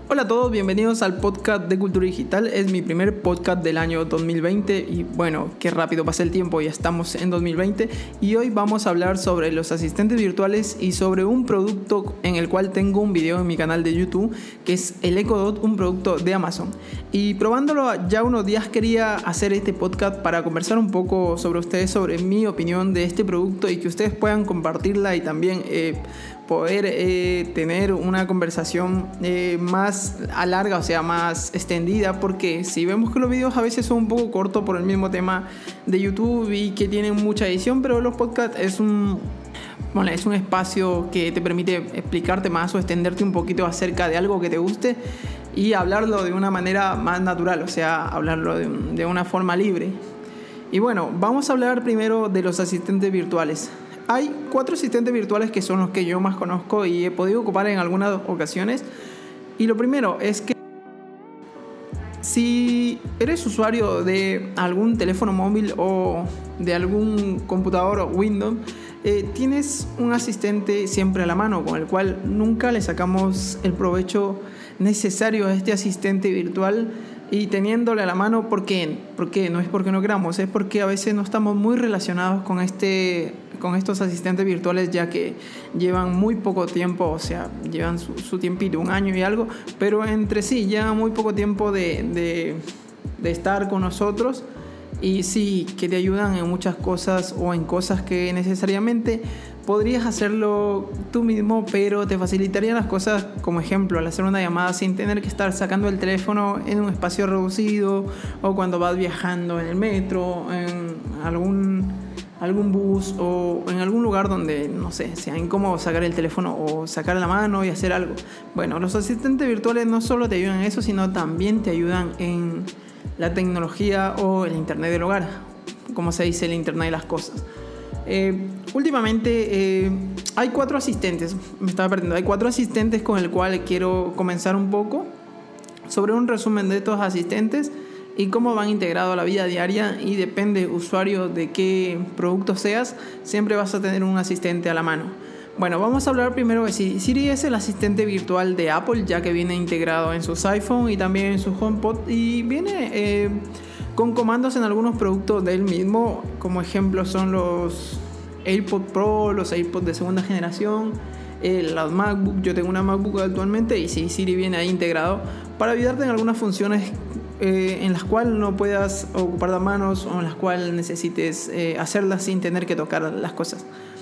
Hola a todos, bienvenidos al podcast de Cultura Digital. Es mi primer podcast del año 2020 y bueno, qué rápido pasa el tiempo, ya estamos en 2020 y hoy vamos a hablar sobre los asistentes virtuales y sobre un producto en el cual tengo un video en mi canal de YouTube que es el Echo Dot, un producto de Amazon. Y probándolo ya unos días quería hacer este podcast para conversar un poco sobre ustedes, sobre mi opinión de este producto y que ustedes puedan compartirla y también poder tener una conversación más larga, o sea, más extendida, porque si vemos que los videos a veces son un poco cortos por el mismo tema de YouTube y que tienen mucha edición, pero los podcasts es un espacio que te permite explicarte más o extenderte un poquito acerca de algo que te guste y hablarlo de una manera más natural, o sea, hablarlo de una forma libre. Y bueno, vamos a hablar primero de los asistentes virtuales. Hay 4 asistentes virtuales que son los que yo más conozco y he podido ocupar en algunas ocasiones. Y lo primero es que si eres usuario de algún teléfono móvil o de algún computador Windows, tienes un asistente siempre a la mano con el cual nunca le sacamos el provecho necesario a este asistente virtual. Y teniéndole a la mano, ¿por qué? Porque no es porque no queramos, es porque a veces no estamos muy relacionados con estos asistentes virtuales, ya que llevan muy poco tiempo, o sea, llevan su tiempito, un año y algo, pero entre sí llevan muy poco tiempo de estar con nosotros. Y sí, que te ayudan en muchas cosas o en cosas que necesariamente podrías hacerlo tú mismo, pero te facilitarían las cosas, como ejemplo, al hacer una llamada sin tener que estar sacando el teléfono en un espacio reducido, o cuando vas viajando en el metro, en algún bus o en algún lugar donde, no sé, sea incómodo sacar el teléfono o sacar la mano y hacer algo. Bueno, los asistentes virtuales no solo te ayudan en eso, sino también te ayudan en la tecnología o el internet del hogar, como se dice, el internet de las cosas. Últimamente hay 4 asistentes, hay 4 asistentes con el cual quiero comenzar un poco sobre un resumen de estos asistentes y cómo van integrados a la vida diaria, y depende, usuario, de qué producto seas, siempre vas a tener un asistente a la mano. Bueno, vamos a hablar primero de Siri. Siri es el asistente virtual de Apple, ya que viene integrado en sus iPhone y también en su HomePod, y viene con comandos en algunos productos de él mismo, como ejemplo son los AirPods Pro, los AirPods de segunda generación, las MacBook. Yo tengo una MacBook actualmente y sí, Siri viene ahí integrado para ayudarte en algunas funciones en las cuales no puedas ocupar las manos o en las cuales necesites hacerlas sin tener que tocar las cosas.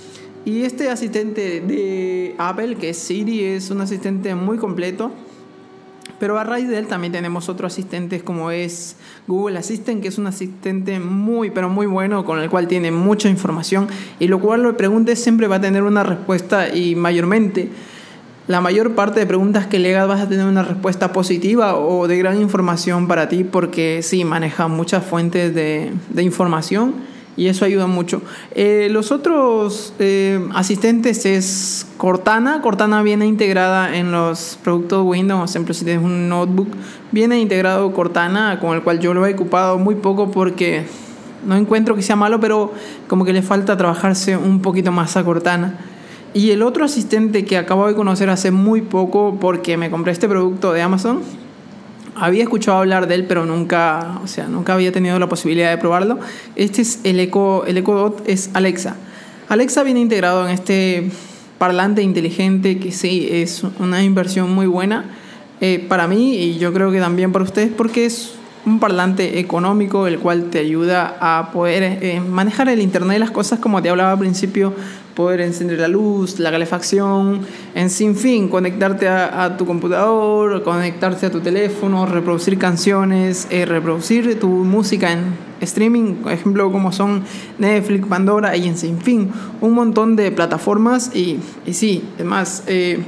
Y este asistente de Apple, que es Siri, es un asistente muy completo. Pero a raíz de él también tenemos otros asistentes, como es Google Assistant, que es un asistente muy, pero muy bueno, con el cual tiene mucha información, y lo cual lo preguntes siempre va a tener una respuesta, y mayormente la mayor parte de preguntas que le hagas vas a tener una respuesta positiva o de gran información para ti, porque sí, maneja muchas fuentes de información. Y eso ayuda mucho. Los otros asistentes es Cortana. Cortana viene integrada en los productos Windows. Por ejemplo, si tienes un notebook, viene integrado Cortana, con el cual yo lo he ocupado muy poco porque no encuentro que sea malo, pero como que le falta trabajarse un poquito más a Cortana. Y el otro asistente que acabo de conocer hace muy poco, porque me compré este producto de Amazon, había escuchado hablar de él, pero nunca había tenido la posibilidad de probarlo. Este es el Echo Dot, es Alexa. Alexa viene integrado en este parlante inteligente que sí, es una inversión muy buena para mí, y yo creo que también para ustedes, porque es un parlante económico, el cual te ayuda a poder manejar el internet de las cosas, como te hablaba al principio, poder encender la luz, la calefacción, en sin fin, conectarte a tu computador, conectarte a tu teléfono, reproducir canciones, reproducir tu música en streaming, por ejemplo, como son Netflix, Pandora y en sin fin, un montón de plataformas. Y sí, además,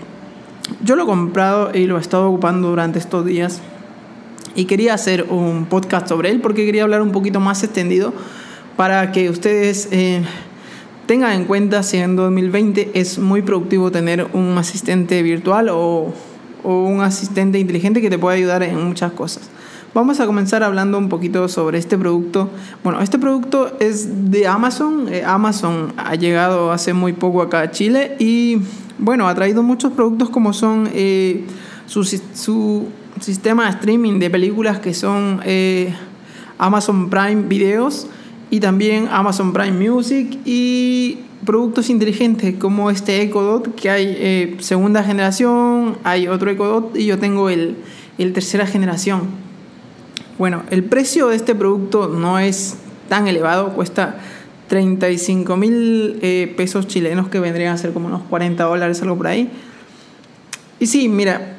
yo lo he comprado y lo he estado ocupando durante estos días. Y quería hacer un podcast sobre él porque quería hablar un poquito más extendido para que ustedes tengan en cuenta si en 2020 es muy productivo tener un asistente virtual o un asistente inteligente que te pueda ayudar en muchas cosas. Vamos a comenzar hablando un poquito sobre este producto. Bueno, este producto es de Amazon. Amazon ha llegado hace muy poco acá a Chile y bueno, ha traído muchos productos como son su sistema de streaming de películas que son Amazon Prime Videos y también Amazon Prime Music, y productos inteligentes como este Echo Dot, que hay segunda generación, hay otro Echo Dot y yo tengo el tercera generación. Bueno, el precio de este producto no es tan elevado, cuesta 35,000 pesos chilenos, que vendrían a ser como unos $40, algo por ahí. Y sí, mira,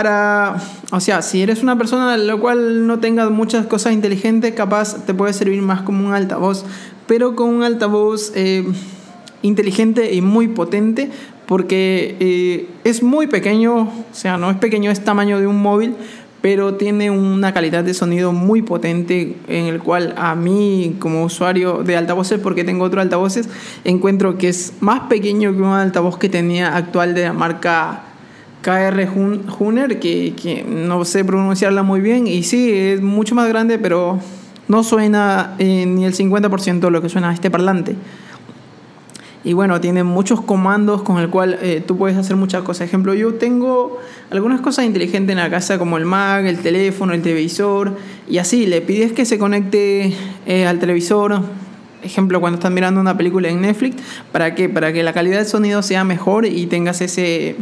si eres una persona la cual no tenga muchas cosas inteligentes, capaz te puede servir más como un altavoz, pero con un altavoz inteligente y muy potente, porque es muy pequeño, o sea, no es pequeño, es tamaño de un móvil, pero tiene una calidad de sonido muy potente, en el cual a mí, como usuario de altavoces, porque tengo otros altavoces, encuentro que es más pequeño que un altavoz que tenía actual de la marca KR Hunter, que no sé pronunciarla muy bien, y sí, es mucho más grande, pero no suena ni el 50% de lo que suena este parlante. Y bueno, tiene muchos comandos con el cual tú puedes hacer muchas cosas. Ejemplo, yo tengo algunas cosas inteligentes en la casa, como el Mac, el teléfono, el televisor, y así le pides que se conecte al televisor. Ejemplo, cuando estás mirando una película en Netflix, ¿para qué? Para que la calidad del sonido sea mejor y tengas ese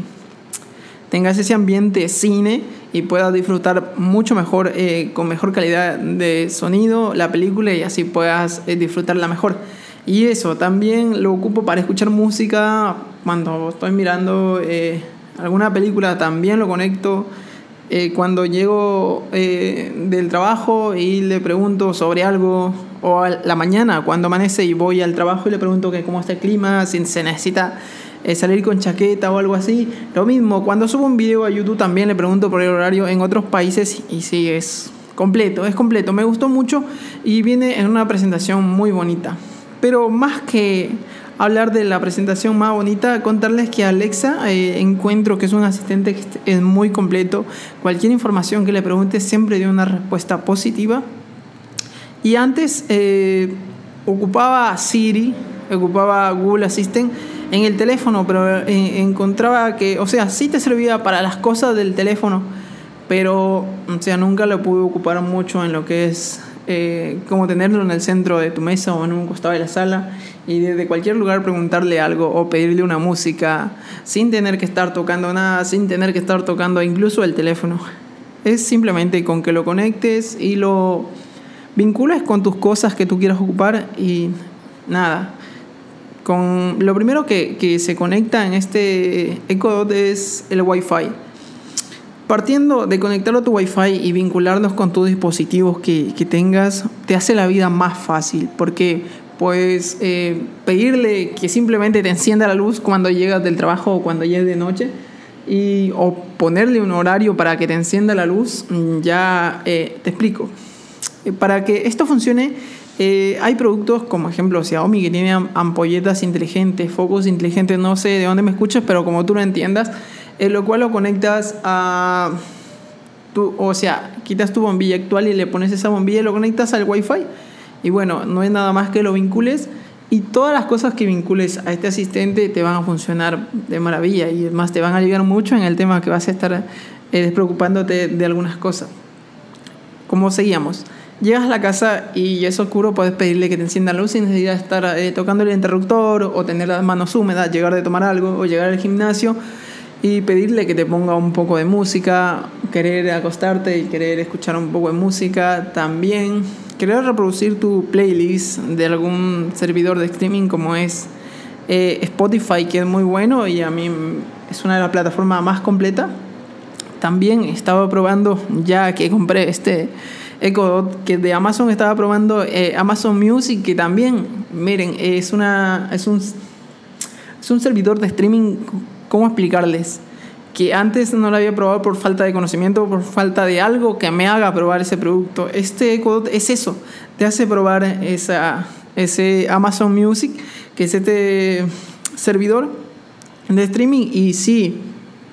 ambiente cine y puedas disfrutar mucho mejor, con mejor calidad de sonido, la película, y así puedas disfrutarla mejor. Y eso también lo ocupo para escuchar música. Cuando estoy mirando alguna película, también lo conecto. Cuando llego del trabajo y le pregunto sobre algo, o a la mañana cuando amanece y voy al trabajo y le pregunto que cómo está el clima, si se necesita salir con chaqueta o algo así. Lo mismo, cuando subo un video a YouTube también le pregunto por el horario en otros países, y sí, es completo. Me gustó mucho y viene en una presentación muy bonita. Pero más que hablar de la presentación más bonita, contarles que Alexa encuentro que es un asistente que es muy completo. Cualquier información que le preguntes siempre dio una respuesta positiva. Y antes ocupaba Siri, ocupaba Google Assistant en el teléfono, pero encontraba que, o sea, sí te servía para las cosas del teléfono, pero, o sea, nunca lo pude ocupar mucho en lo que es como tenerlo en el centro de tu mesa o en un costado de la sala, y desde cualquier lugar preguntarle algo o pedirle una música sin tener que estar tocando nada, sin tener que estar tocando incluso el teléfono. Es simplemente con que lo conectes y lo vincules con tus cosas que tú quieras ocupar, y nada. Lo primero que se conecta en este Echo Dot es el Wi-Fi. Partiendo de conectarlo a tu Wi-Fi y vincularlos con tus dispositivos que tengas, te hace la vida más fácil, porque puedes pedirle que simplemente te encienda la luz cuando llegas del trabajo o cuando llegues de noche, o ponerle un horario para que te encienda la luz. Te explico. Para que esto funcione, hay productos como ejemplo Xiaomi, que tiene ampolletas inteligentes, focos inteligentes, no sé de dónde me escuchas, pero como tú lo entiendas, lo cual lo conectas a quitas tu bombilla actual y le pones esa bombilla y lo conectas al Wi-Fi, y bueno, no es nada más que lo vincules, y todas las cosas que vincules a este asistente te van a funcionar de maravilla, y además te van a ayudar mucho en el tema que vas a estar despreocupándote de algunas cosas. Como seguíamos, llegas a la casa y es oscuro, puedes pedirle que te encienda la luz sin necesidad de estar tocando el interruptor o tener las manos húmedas, llegar de tomar algo o llegar al gimnasio y pedirle que te ponga un poco de música, querer acostarte y querer escuchar un poco de música, también querer reproducir tu playlist de algún servidor de streaming como es Spotify, que es muy bueno y a mí es una de las plataformas más completas. También estaba probando, ya que compré este Echo Dot, que de Amazon, estaba probando Amazon Music, que también, miren, es un servidor de streaming. ¿Cómo explicarles? Que antes no lo había probado por falta de conocimiento, por falta de algo que me haga probar ese producto. Este Echo Dot es eso, te hace probar ese Amazon Music, que es este servidor de streaming, y sí,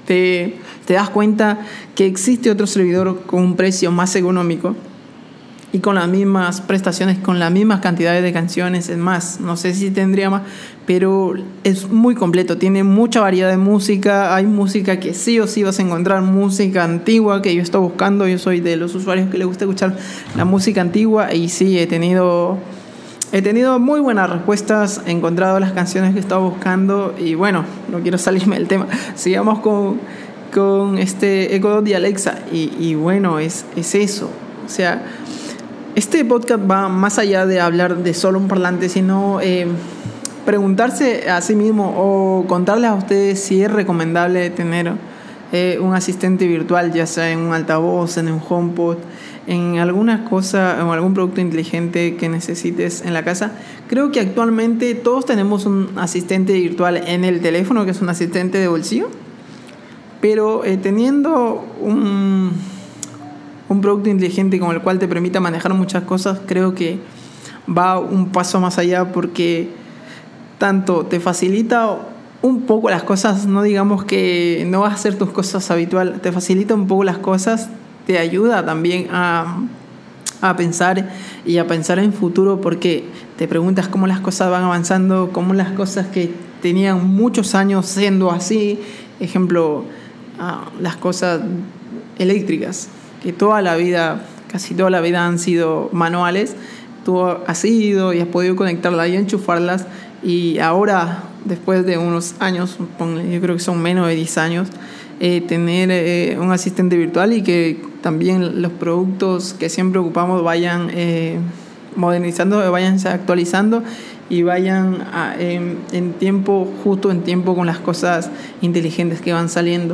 te das cuenta que existe otro servidor con un precio más económico y con las mismas prestaciones, con las mismas cantidades de canciones. Es más, no sé si tendría más, pero es muy completo, tiene mucha variedad de música. Hay música que sí o sí vas a encontrar, música antigua que yo estoy buscando. Yo soy de los usuarios que les gusta escuchar la música antigua, y sí, he tenido muy buenas respuestas, he encontrado las canciones que estaba buscando. Y bueno, no quiero salirme del tema, sigamos con este Echo Dot y Alexa. Y bueno, es eso. O sea, este podcast va más allá de hablar de solo un parlante, sino preguntarse a sí mismo o contarles a ustedes si es recomendable tener un asistente virtual, ya sea en un altavoz, en un HomePod, en alguna cosa o algún producto inteligente que necesites en la casa. Creo que actualmente todos tenemos un asistente virtual en el teléfono, que es un asistente de bolsillo, pero teniendo un producto inteligente con el cual te permita manejar muchas cosas, creo que va un paso más allá, porque tanto te facilita un poco las cosas, no digamos que no vas a hacer tus cosas habitual, te facilita un poco las cosas, te ayuda también a pensar y a pensar en futuro, porque te preguntas cómo las cosas van avanzando, cómo las cosas que tenían muchos años siendo así, ejemplo, las cosas eléctricas, que casi toda la vida han sido manuales. Tú has ido y has podido conectarlas y enchufarlas, y ahora, después de unos años, yo creo que son menos de 10 años, tener un asistente virtual, y que también los productos que siempre ocupamos vayan modernizando, vayan actualizando y vayan justo en tiempo con las cosas inteligentes que van saliendo.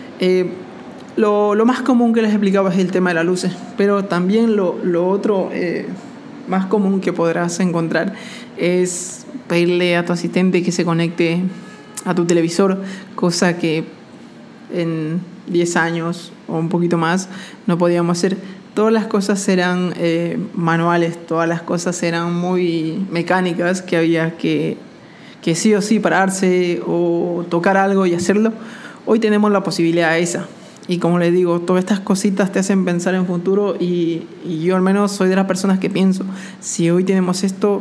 Lo más común que les explicaba es el tema de las luces, pero también lo otro más común que podrás encontrar es pedirle a tu asistente que se conecte a tu televisor, cosa que en 10 años o un poquito más no podíamos hacer. Todas las cosas eran manuales, todas las cosas eran muy mecánicas, que había que sí o sí pararse o tocar algo y hacerlo. Hoy tenemos la posibilidad esa. Y como les digo, todas estas cositas te hacen pensar en futuro, y yo al menos soy de las personas que pienso, si hoy tenemos esto,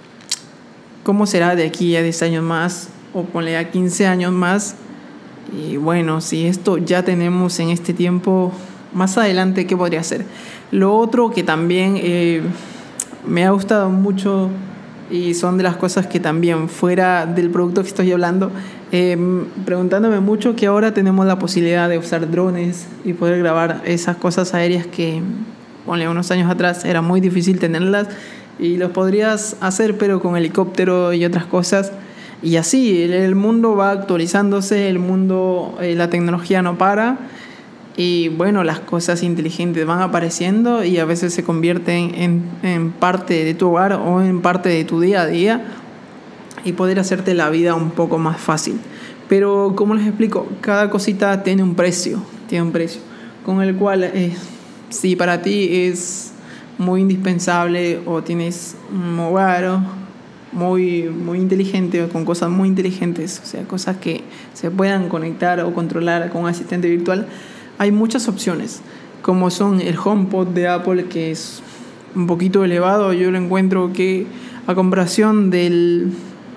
¿cómo será de aquí a 10 años más? O ponle a 15 años más. Y bueno, si esto ya tenemos en este tiempo, más adelante, ¿qué podría ser? Lo otro que también me ha gustado mucho, y son de las cosas que también, fuera del producto que estoy hablando, preguntándome mucho, que ahora tenemos la posibilidad de usar drones y poder grabar esas cosas aéreas que, ponle, unos años atrás era muy difícil tenerlas, y los podrías hacer pero con helicóptero y otras cosas. Y así el mundo va actualizándose, la tecnología no para, y bueno, las cosas inteligentes van apareciendo y a veces se convierten en parte de tu hogar o en parte de tu día a día, y poder hacerte la vida un poco más fácil. Pero como les explico, cada cosita tiene un precio, con el cual si para ti es muy indispensable, o tienes un hogar muy, muy inteligente, o con cosas muy inteligentes, o sea, cosas que se puedan conectar o controlar con un asistente virtual, hay muchas opciones, como son el HomePod de Apple, que es un poquito elevado. Yo lo encuentro que, a comparación del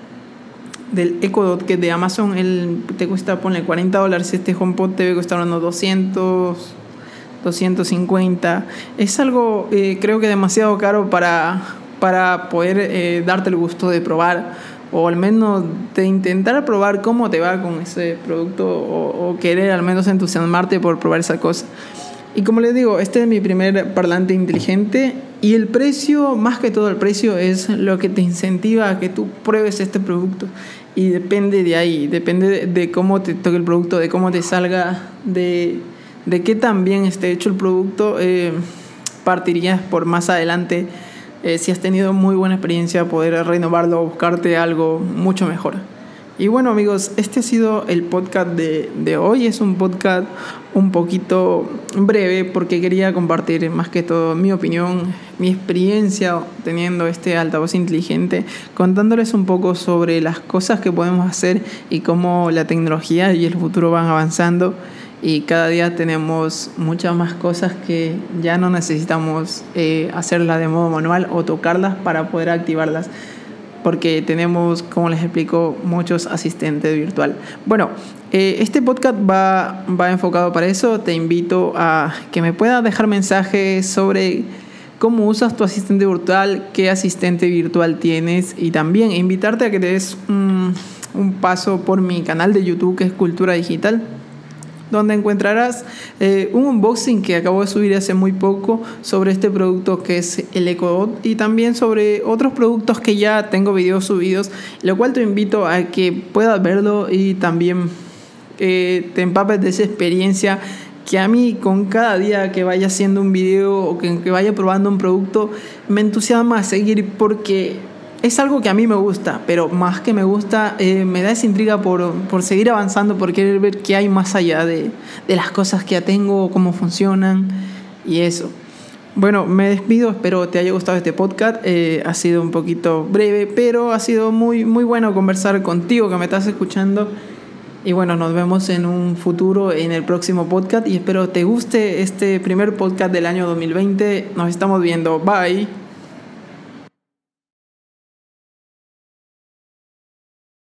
Echo Dot, que es de Amazon, te cuesta, ponle $40. Este HomePod te debe costar unos 250. Es algo, creo que demasiado caro para poder darte el gusto de probar, o al menos de intentar probar cómo te va con ese producto, o querer al menos entusiasmarte por probar esa cosa. Y como les digo, este es mi primer parlante inteligente, y el precio, más que todo el precio, es lo que te incentiva a que tú pruebes este producto. Y depende de ahí, depende de cómo te toque el producto, de cómo te salga, de qué tan bien esté hecho el producto, partirías por más adelante, si has tenido muy buena experiencia, poder renovarlo o buscarte algo mucho mejor. Y bueno, amigos, este ha sido el podcast de hoy. Es un podcast un poquito breve, porque quería compartir más que todo mi opinión, mi experiencia teniendo este altavoz inteligente, contándoles un poco sobre las cosas que podemos hacer y cómo la tecnología y el futuro van avanzando. y cada día tenemos muchas más cosas que ya no necesitamos hacerlas de modo manual o tocarlas para poder activarlas, porque tenemos, como les explico, muchos asistentes virtual. Bueno, este podcast va enfocado para eso. Te invito a que me puedas dejar mensajes sobre cómo usas tu asistente virtual, qué asistente virtual tienes, y también invitarte a que te des un paso por mi canal de YouTube, que es Cultura Digital, donde encontrarás un unboxing que acabo de subir hace muy poco sobre este producto que es el Echo Dot, y también sobre otros productos que ya tengo videos subidos, lo cual te invito a que puedas verlo y también te empapes de esa experiencia que a mí, con cada día que vaya haciendo un video o que vaya probando un producto, me entusiasma a seguir, porque es algo que a mí me gusta, pero más que me gusta, me da esa intriga por seguir avanzando, por querer ver qué hay más allá de las cosas que ya tengo, cómo funcionan y eso. Bueno, me despido, espero te haya gustado este podcast. Ha sido un poquito breve, pero ha sido muy, muy bueno conversar contigo que me estás escuchando. Y bueno, nos vemos en un futuro, en el próximo podcast, y espero te guste este primer podcast del año 2020. Nos estamos viendo. Bye.